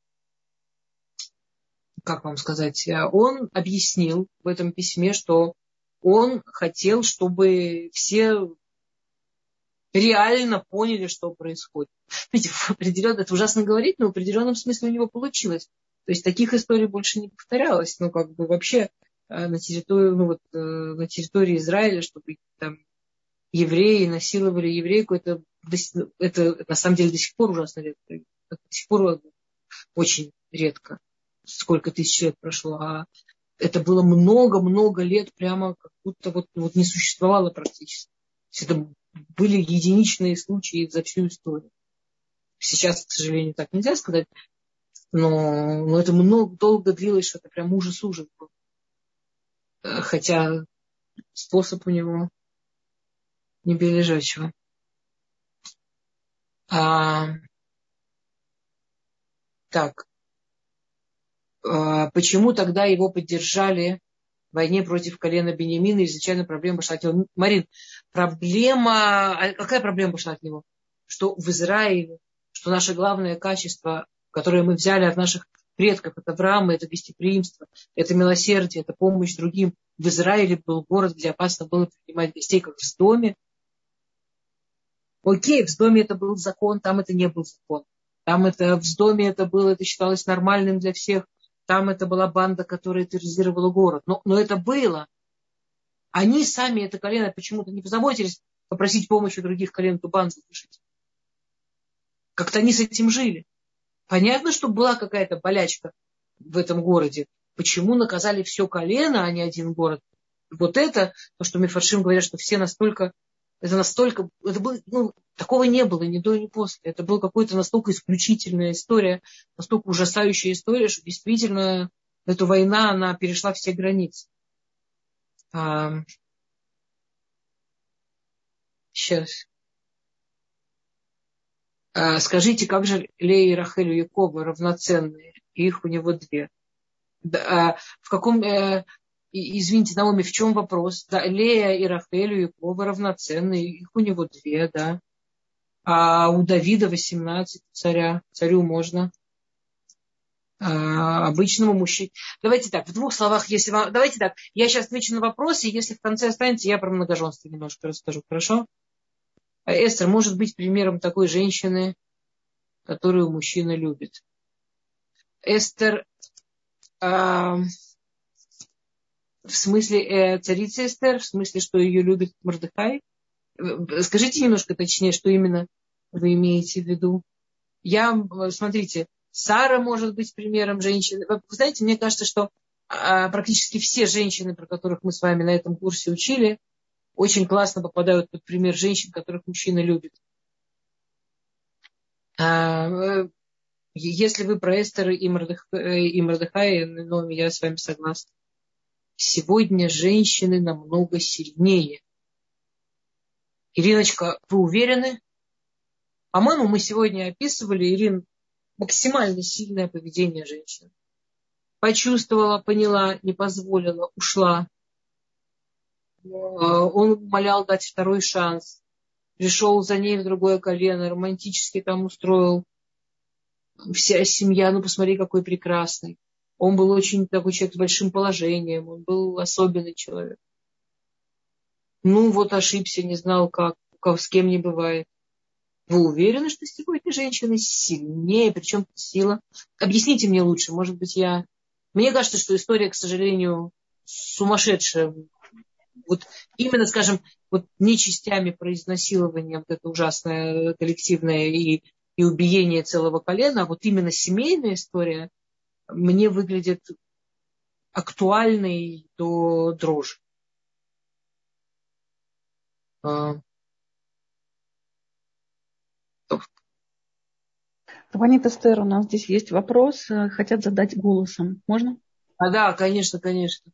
Speaker 1: как вам сказать, он объяснил в этом письме, что он хотел, чтобы все реально поняли, что происходит. Знаете, это ужасно говорить, но в определенном смысле у него получилось. То есть таких историй больше не повторялось. Вообще на территории Израиля, чтобы там евреи насиловали еврейку, это на самом деле до сих пор ужасно редко. До сих пор очень редко. Сколько тысяч лет прошло. А это было много-много лет, прямо как будто не существовало практически. Это были единичные случаи за всю историю. Сейчас, к сожалению, так нельзя сказать. Но это долго длилось, что это прям ужас-ужас был. Хотя способ у него не бей лежачего. Почему тогда его поддержали в войне против колена Беньямина? Изначально проблема пошла от него. Марин, какая проблема пошла от него? Что в Израиле, что наше главное качество, которое мы взяли от наших предков, это Авраама, это гостеприимство, это милосердие, это помощь другим. В Израиле был город, где опасно было принимать гостей, как в доме. Окей, в доме это был закон, там это не был закон. В доме это считалось нормальным для всех. Там это была банда, которая терроризировала город. Но это было. Они сами, это колено, почему-то не позаботились попросить помощи у других колен эту банду слушать. Как-то они с этим жили. Понятно, что была какая-то болячка в этом городе. Почему наказали все колено, а не один город? Вот это, то, что Мефаршим говорят, что все настолько, это было, такого не было ни до, ни после. Это была какая-то настолько исключительная история, настолько ужасающая история, что действительно эта война, она перешла все границы. Сейчас. Скажите, как же Лея и Рахель у Якова равноценные? Их у него две. В каком... Извините, Наоми, в чем вопрос? Да, Лея и Рахель у Якова равноценные. Их у него две, да. А у Давида 18 царю можно. Обычному мужчине. Давайте так, в двух словах, если вам... Давайте так, я сейчас отвечу на вопросы, и если в конце останется, я про многоженство немножко расскажу, хорошо? Эстер может быть примером такой женщины, которую мужчина любит. Эстер, в смысле царица Эстер, в смысле, что ее любит Мордехай? Скажите немножко точнее, что именно вы имеете в виду. Смотрите, Сара может быть примером женщины. Вы знаете, мне кажется, что практически все женщины, про которых мы с вами на этом курсе учили, очень классно попадают под пример женщин, которых мужчина любит. Если вы про Эстер и Мордехая, ну, я с вами согласна. Сегодня женщины намного сильнее. Ириночка, вы уверены? По-моему, мы сегодня описывали, Ирин, максимально сильное поведение женщины. Почувствовала, поняла, не позволила, ушла. Он умолял дать второй шанс. Пришел за ней в другое колено, романтически там устроил. Вся семья, ну посмотри, какой прекрасный. Он был очень такой человек с большим положением, он был особенный человек. Ну вот ошибся, не знал как с кем не бывает. Вы уверены, что сегодня женщины сильнее, причем сила? Объясните мне лучше, может быть, я... Мне кажется, что история, к сожалению, сумасшедшая. Вот именно, скажем, вот не частями про изнасилование, вот это ужасное коллективное и убиение целого колена, а вот именно семейная история мне выглядит актуальной до дрожи.
Speaker 2: Рабанит Эстер, у нас здесь есть вопрос, хотят задать голосом. Можно?
Speaker 1: Да, конечно, конечно.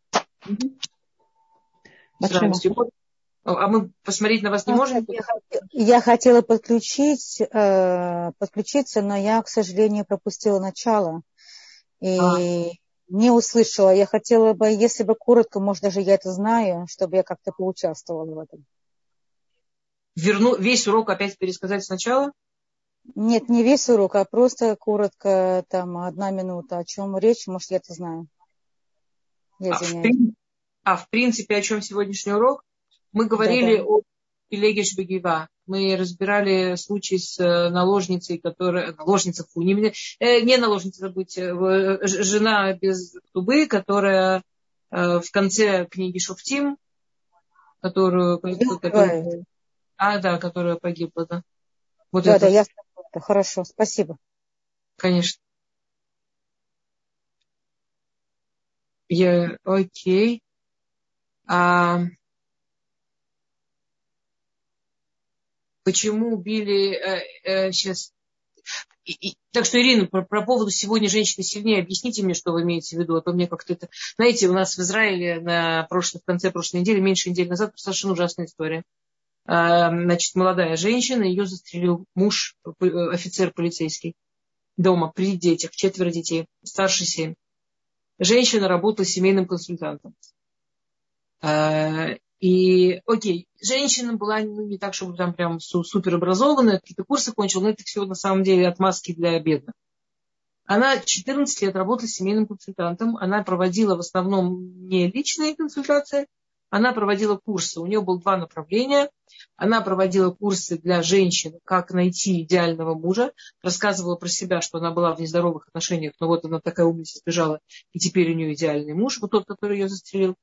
Speaker 1: С радостью. А мы посмотреть на вас не можем?
Speaker 3: Я хотела подключиться, но я, к сожалению, пропустила начало и не услышала. Я хотела бы, если бы коротко, может, даже я это знаю, чтобы я как-то поучаствовала в этом.
Speaker 1: Весь урок опять пересказать сначала?
Speaker 3: Нет, не весь урок, а просто коротко, там, 1 минута. О чем речь, может, я это знаю. Я извиняюсь.
Speaker 1: В принципе, о чем сегодняшний урок? Мы говорили о Пелегеш Бегива. Мы разбирали случай с наложницей, жена без тубы, которая в конце книги Шуфтим, которая погибла, да. Вот
Speaker 3: да, ясно. Хорошо, спасибо.
Speaker 1: Конечно. Окей. Почему убили сейчас? Так что, Ирина, про поводу сегодня женщины сильнее, объясните мне, что вы имеете в виду, а то мне как-то это... Знаете, у нас в Израиле в конце прошлой недели, меньше недели назад, совершенно ужасная история. Значит, молодая женщина, ее застрелил муж, офицер полицейский, дома, при детях, 4 детей, старше 7. Женщина работала семейным консультантом. Женщина была не так, чтобы там прям супер образованная, какие-то курсы кончила, но это все на самом деле отмазки для бедных. Она 14 лет работала семейным консультантом, она проводила в основном не личные консультации, она проводила курсы, у нее было 2 направления. Она проводила курсы для женщин, как найти идеального мужа, рассказывала про себя, что она была в нездоровых отношениях, но вот она такая умница сбежала, и теперь у нее идеальный муж, вот тот, который ее застрелил.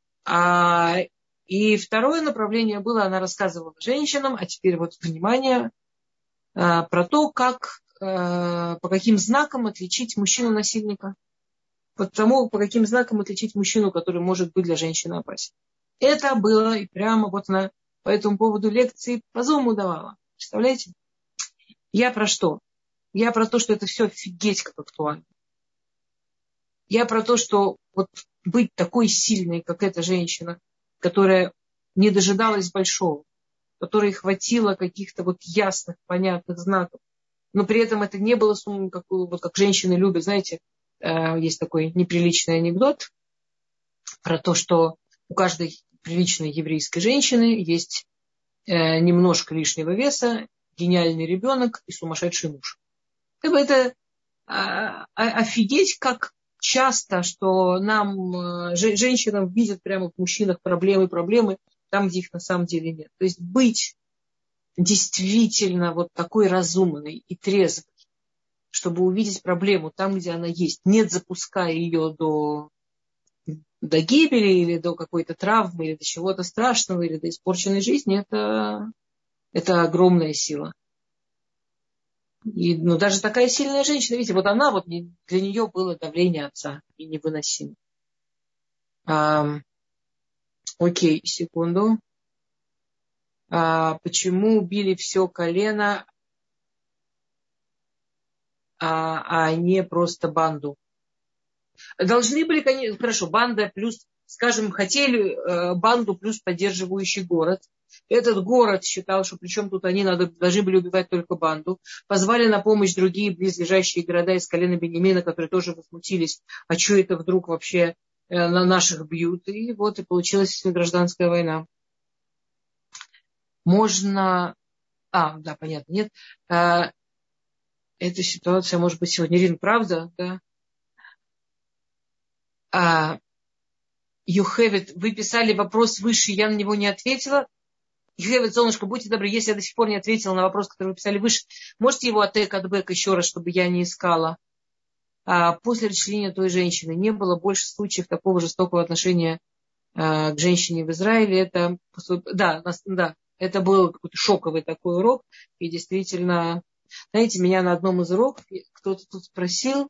Speaker 1: И второе направление было, она рассказывала женщинам, а теперь вот внимание, про то, как по каким знакам отличить мужчину-насильника. Потому, по каким знакам отличить мужчину, который может быть для женщины опасен. Это было и прямо вот она по этому поводу лекции по Зуму давала. Представляете? Я про что? Я про то, что это все офигеть как актуально. Я про то, что вот быть такой сильной, как эта женщина, которая не дожидалась большого, которой хватило каких-то вот ясных, понятных знаков, но при этом это не было суммой, вот как женщины любят. Знаете, есть такой неприличный анекдот про то, что у каждой приличной еврейской женщины есть немножко лишнего веса, гениальный ребенок и сумасшедший муж. Это офигеть, как часто, что нам, женщинам, видят прямо в мужчинах проблемы там, где их на самом деле нет. То есть быть действительно вот такой разумной и трезвой, чтобы увидеть проблему там, где она есть, не запуская ее до гибели или до какой-то травмы, или до чего-то страшного, или до испорченной жизни, это огромная сила. И даже такая сильная женщина, видите, вот она, вот для нее было давление отца и невыносимо. Окей, секунду. Почему убили все колено, а не просто банду? Должны были, конечно, хорошо, банда плюс, скажем, хотели банду плюс поддерживающий город. Этот город считал, что причем тут они должны были убивать только банду. Позвали на помощь другие близлежащие города из колена Беньямина, которые тоже возмутились, а что это вдруг вообще на наших бьют. И вот и получилась гражданская война. Можно... да, понятно, нет. Эта ситуация может быть сегодня, Ирина, правда, да? Юхевит, вы писали вопрос выше, я на него не ответила. Юхевит, солнышко, будьте добры, если я до сих пор не ответила на вопрос, который вы писали выше, можете его от бэк еще раз, чтобы я не искала. После расчленения той женщины не было больше случаев такого жестокого отношения к женщине в Израиле. Это это был какой-то шоковый такой урок. И действительно, знаете, меня на одном из уроков кто-то тут спросил,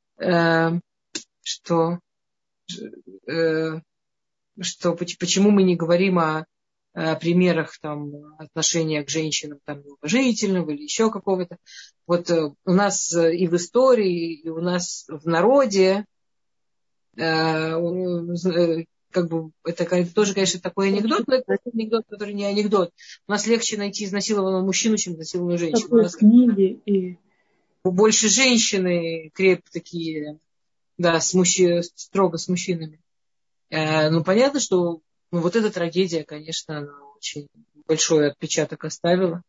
Speaker 1: почему мы не говорим о примерах там, отношения к женщинам там, неуважительного или еще какого-то. Вот у нас и в истории, и у нас в народе как бы это тоже, конечно, такой анекдот, но это анекдот, который не анекдот. У нас легче найти изнасилованного мужчину, чем изнасилованную женщину. У нас
Speaker 4: книги и
Speaker 1: больше женщины такие, да, строго с мужчинами. Понятно, что вот эта трагедия, конечно, она очень большой отпечаток оставила.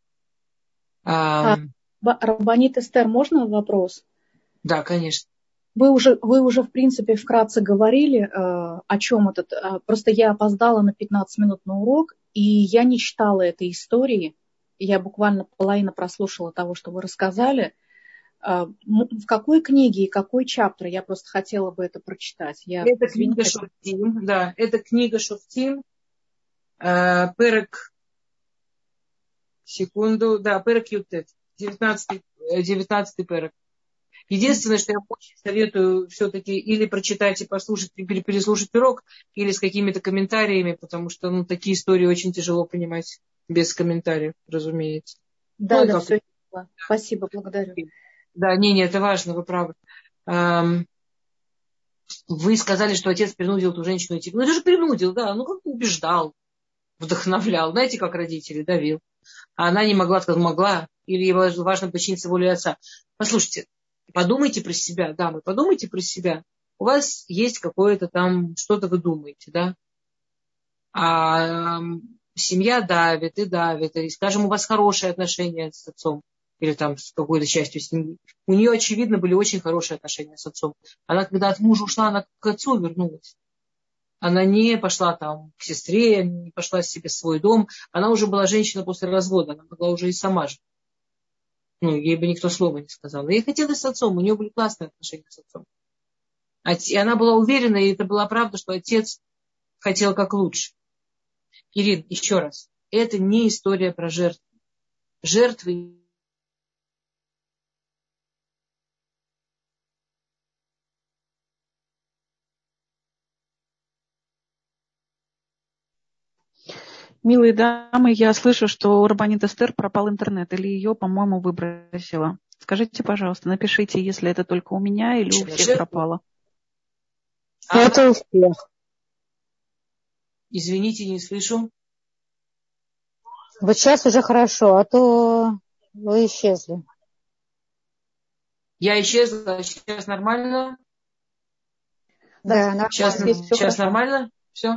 Speaker 4: Рабанит Эстер, можно вопрос?
Speaker 1: Да, конечно.
Speaker 4: Вы уже, в принципе, вкратце говорили, о чем этот. Просто я опоздала на 15 минут на урок, и я не читала этой истории. Я буквально половину прослушала того, что вы рассказали. В какой книге и какой чаптер? Я просто хотела бы это прочитать.
Speaker 1: Это книга Шофтим, да, это книга Шофтим, Перек, секунду, да, Перек Ютет, 19 Перек. Единственное, что я очень советую все-таки или прочитать и послушать, или переслушать урок, или с какими-то комментариями, потому что такие истории очень тяжело понимать без комментариев, разумеется.
Speaker 4: Да, все. Спасибо, благодарю.
Speaker 1: Да, это важно, вы правы. Вы сказали, что отец принудил эту женщину идти. Это же принудил, да, как-то убеждал, вдохновлял. Знаете, как родители, давил. А она не могла, сказать, могла, или ей важно подчиниться воле отца. Послушайте, подумайте про себя, дамы, подумайте про себя. У вас есть какое-то там, что-то вы думаете, да? А семья давит, и, скажем, у вас хорошие отношения с отцом, или там с какой-то частью семьи. У нее, очевидно, были очень хорошие отношения с отцом. Она, когда от мужа ушла, она к отцу вернулась. Она не пошла там к сестре, не пошла себе в свой дом. Она уже была женщина после развода, она могла уже и сама жить. Ей бы никто слова не сказал. Ей хотелось с отцом, у нее были классные отношения с отцом. И она была уверена, и это была правда, что отец хотел как лучше. Ирин, еще раз, это не история про жертвы. Жертвы
Speaker 2: Милые дамы, я слышу, что у Рабанит Эстер пропал интернет, или ее, по-моему, выбросила. Скажите, пожалуйста, напишите, если это только у меня или у всех пропало.
Speaker 3: Это у всех.
Speaker 1: Извините, не слышу.
Speaker 3: Вот сейчас уже хорошо, а то вы исчезли.
Speaker 1: Я исчезла, сейчас нормально?
Speaker 3: Да, нормально.
Speaker 1: Сейчас нормально? Все?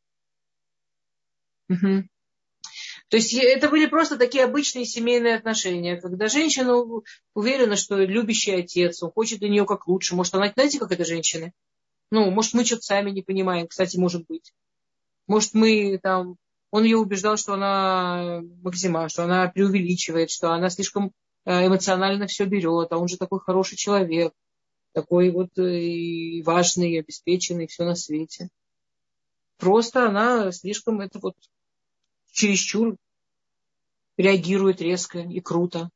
Speaker 1: Угу. То есть это были просто такие обычные семейные отношения, когда женщина уверена, что любящий отец, он хочет для нее как лучше. Может, она, знаете, как это женщины? Может, мы что-то сами не понимаем, кстати, может быть. Может, он ее убеждал, что она максимально, что она преувеличивает, что она слишком эмоционально все берет, а он же такой хороший человек, такой вот и важный, и обеспеченный, все на свете. Просто она слишком чересчур реагирует резко и круто.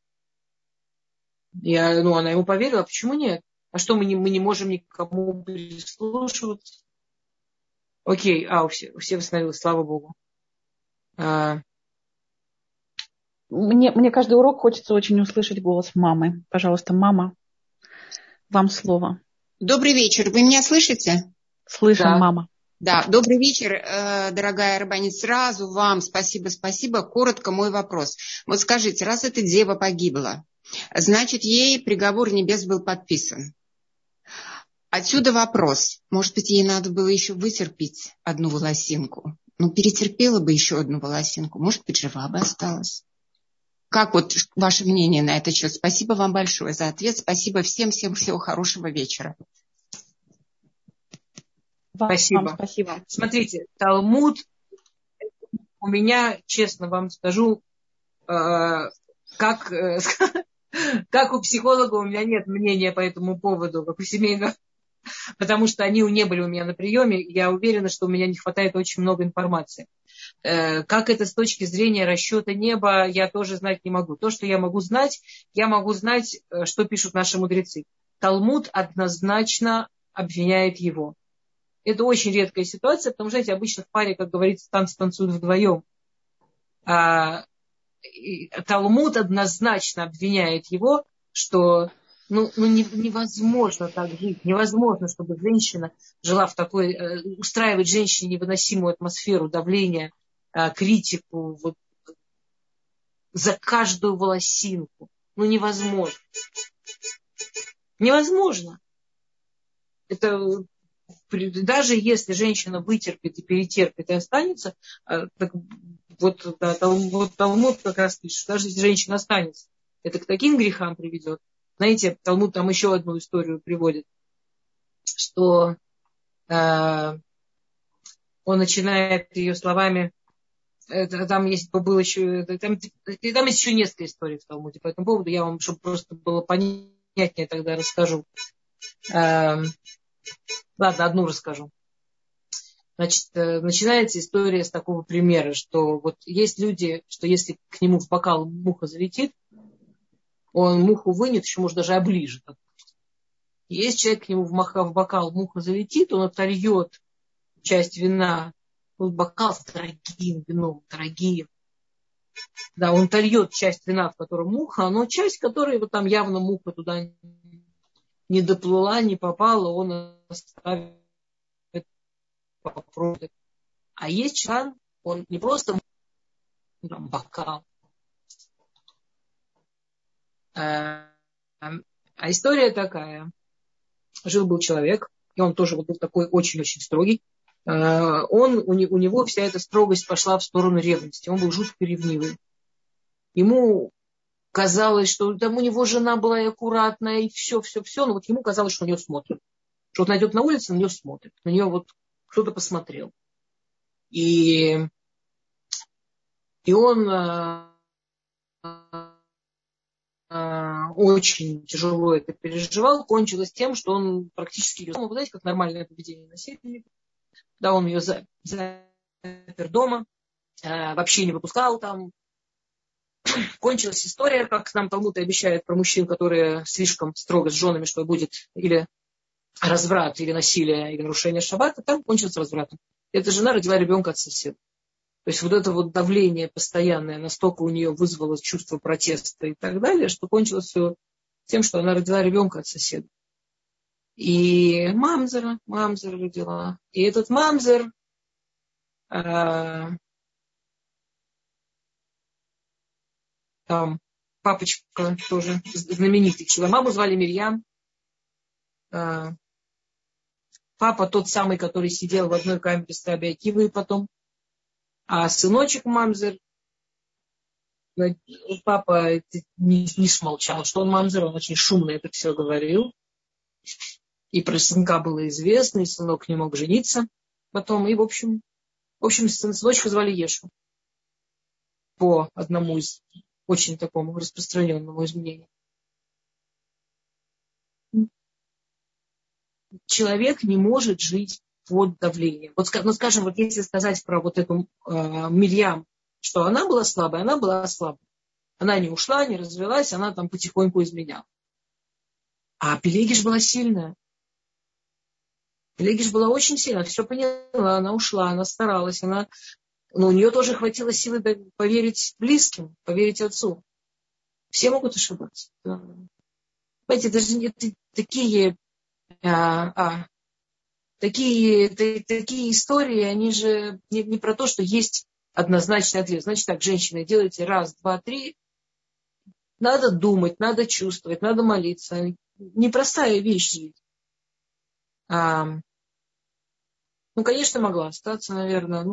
Speaker 1: Она ему поверила, почему нет? А что, мы не можем никому прислушиваться? Окей, все восстановилось, слава Богу.
Speaker 2: Мне каждый урок хочется очень услышать голос мамы. Пожалуйста, мама, вам слово.
Speaker 5: Добрый вечер, вы меня слышите?
Speaker 2: Слышим, да. Мама.
Speaker 5: Да, добрый вечер, дорогая Рабанит. Сразу вам спасибо. Коротко мой вопрос. Вот скажите, раз эта дева погибла, значит, ей приговор небес был подписан. Отсюда вопрос. Может быть, ей надо было еще вытерпеть одну волосинку? Перетерпела бы еще одну волосинку. Может быть, жива бы осталась. Как вот ваше мнение на этот счет? Спасибо вам большое за ответ. Спасибо всем всего хорошего вечера.
Speaker 1: Спасибо. Смотрите, Талмуд, у меня, честно вам скажу, как у психолога у меня нет мнения по этому поводу, как у семейного, потому что они не были у меня на приеме, я уверена, что у меня не хватает очень много информации. Как это с точки зрения расчета неба, я тоже знать не могу. То, что я могу знать, что пишут наши мудрецы. Талмуд однозначно обвиняет его. Это очень редкая ситуация, потому что, знаете, обычно в паре, как говорится, танцы танцуют вдвоем. Талмуд однозначно обвиняет его, что невозможно так жить. Невозможно, чтобы женщина жила в такой, устраивать женщине невыносимую атмосферу давления, критику за каждую волосинку. Невозможно. Невозможно. Это даже если женщина вытерпит и перетерпит и останется, Талмуд как раз пишет, даже если женщина останется, это к таким грехам приведет. Знаете, Талмуд там еще одну историю приводит, что он начинает ее словами, там есть еще несколько историй в Талмуде по этому поводу, я вам, чтобы просто было понятнее, тогда расскажу. Ладно, одну расскажу. Значит, начинается история с такого примера, что вот есть люди, что если к нему в бокал муха залетит, он муху вынет, еще может даже оближет. Если человек к нему в бокал муха залетит, он отольет часть вина, бокал с дорогим вином, дорогим. Да, он отольет часть вина, в котором муха, но часть, которой там явно муха туда не доплыла, не попала, он оставит попробовать. А есть чан, он не просто бокал. А история такая. Жил-был человек, и он тоже был такой очень-очень строгий. У него вся эта строгость пошла в сторону ревности. Он был жутко ревнивый. Ему казалось, что там у него жена была и аккуратная, и все. Но ему казалось, что на нее смотрят. Что он идет на улице, на нее смотрят. На нее кто-то посмотрел. И он очень тяжело это переживал. Кончилось тем, что он практически... Вы знаете, как нормальное поведение насильника. Да, он ее запер дома, вообще не выпускал там. Кончилась история, как нам Талмуд обещает про мужчин, которые слишком строго с женами, что будет или разврат, или насилие, или нарушение шаббата. Там кончилось развратом. Эта жена родила ребенка от соседа. То есть вот это вот давление постоянное настолько у нее вызвало чувство протеста и так далее, что кончилось все тем, что она родила ребенка от соседа. И мамзера родила. И этот мамзер там папочка тоже знаменитый. Маму звали Мирьям. Папа тот самый, который сидел в одной камере с Раби Акивой потом. А сыночек мамзер, папа не смолчал, что он мамзер, он очень шумно это все говорил. И про сынка было известно, и сынок не мог жениться потом. И, в общем, сыночка звали Ешу. По одному из очень такому распространенному изменению. Человек не может жить под давлением. Вот, ну, скажем, вот если сказать про вот эту Мирьям, что она была слабой, она была слабой. Она не ушла, не развелась, она там потихоньку изменяла. А Пелегиш была сильная. Пелегиш была очень сильная, все поняла, она ушла, она старалась, но у нее тоже хватило силы поверить близким, поверить отцу. Все могут ошибаться. Понимаете, даже такие истории, они же не про то, что есть однозначный ответ. Значит так, женщины, делайте раз, два, три. Надо думать, надо чувствовать, надо молиться. Непростая вещь жить. Конечно, могла остаться, наверное.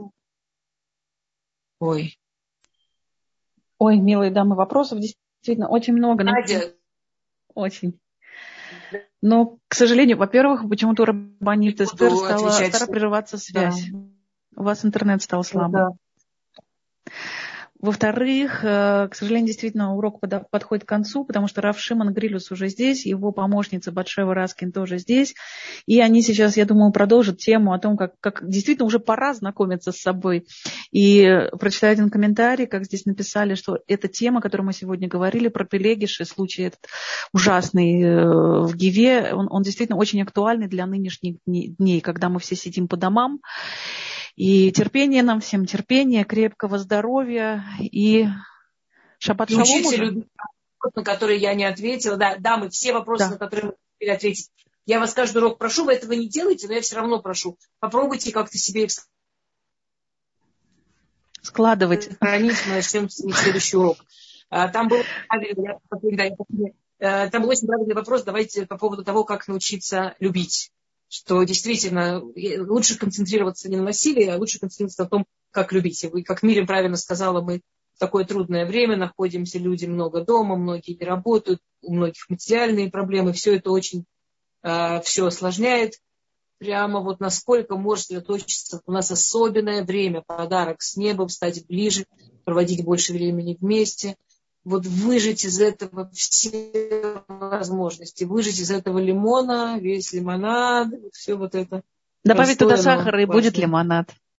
Speaker 1: Ой,
Speaker 2: милые дамы, вопросов действительно очень много.
Speaker 1: Надя.
Speaker 2: Очень. Но, к сожалению, во-первых, почему-то у Рабанит Эстер стала прерываться связь. Да. У вас интернет стал слабым. Да. Во-вторых, к сожалению, действительно, урок подходит к концу, потому что Рав Шимон Грилюс уже здесь, его помощница Батшева Раскин тоже здесь. И они сейчас, я думаю, продолжат тему о том, как действительно уже пора знакомиться с собой. И прочитаю один комментарий, как здесь написали, что эта тема, о которой мы сегодня говорили, про Пелегиш, случай этот ужасный в Гиве, он действительно очень актуальный для нынешних дней, когда мы все сидим по домам. И терпение нам всем, терпения, крепкого здоровья и шаббат шалом.
Speaker 1: Учителю, на которые я не ответила. Да, мы все вопросы, на которые мы хотели ответить. Я вас каждый урок прошу, вы этого не делаете, но я все равно прошу. Попробуйте как-то себе их
Speaker 2: складывать.
Speaker 1: Хранить, мы начнем следующий урок. Там был очень правильный вопрос, давайте по поводу того, как научиться любить. Что действительно лучше концентрироваться не на насилии, а лучше концентрироваться на том, как любить. И как Мирим правильно сказала, мы в такое трудное время находимся, люди много дома, многие не работают, у многих материальные проблемы, все это очень все осложняет. Прямо вот насколько может сосредоточиться. У нас особенное время, подарок с неба, стать ближе, проводить больше времени вместе. Вот выжать из этого все возможности. Выжать из этого лимона, весь лимонад, все вот это.
Speaker 2: Добавить туда сахар, и будет лимонад.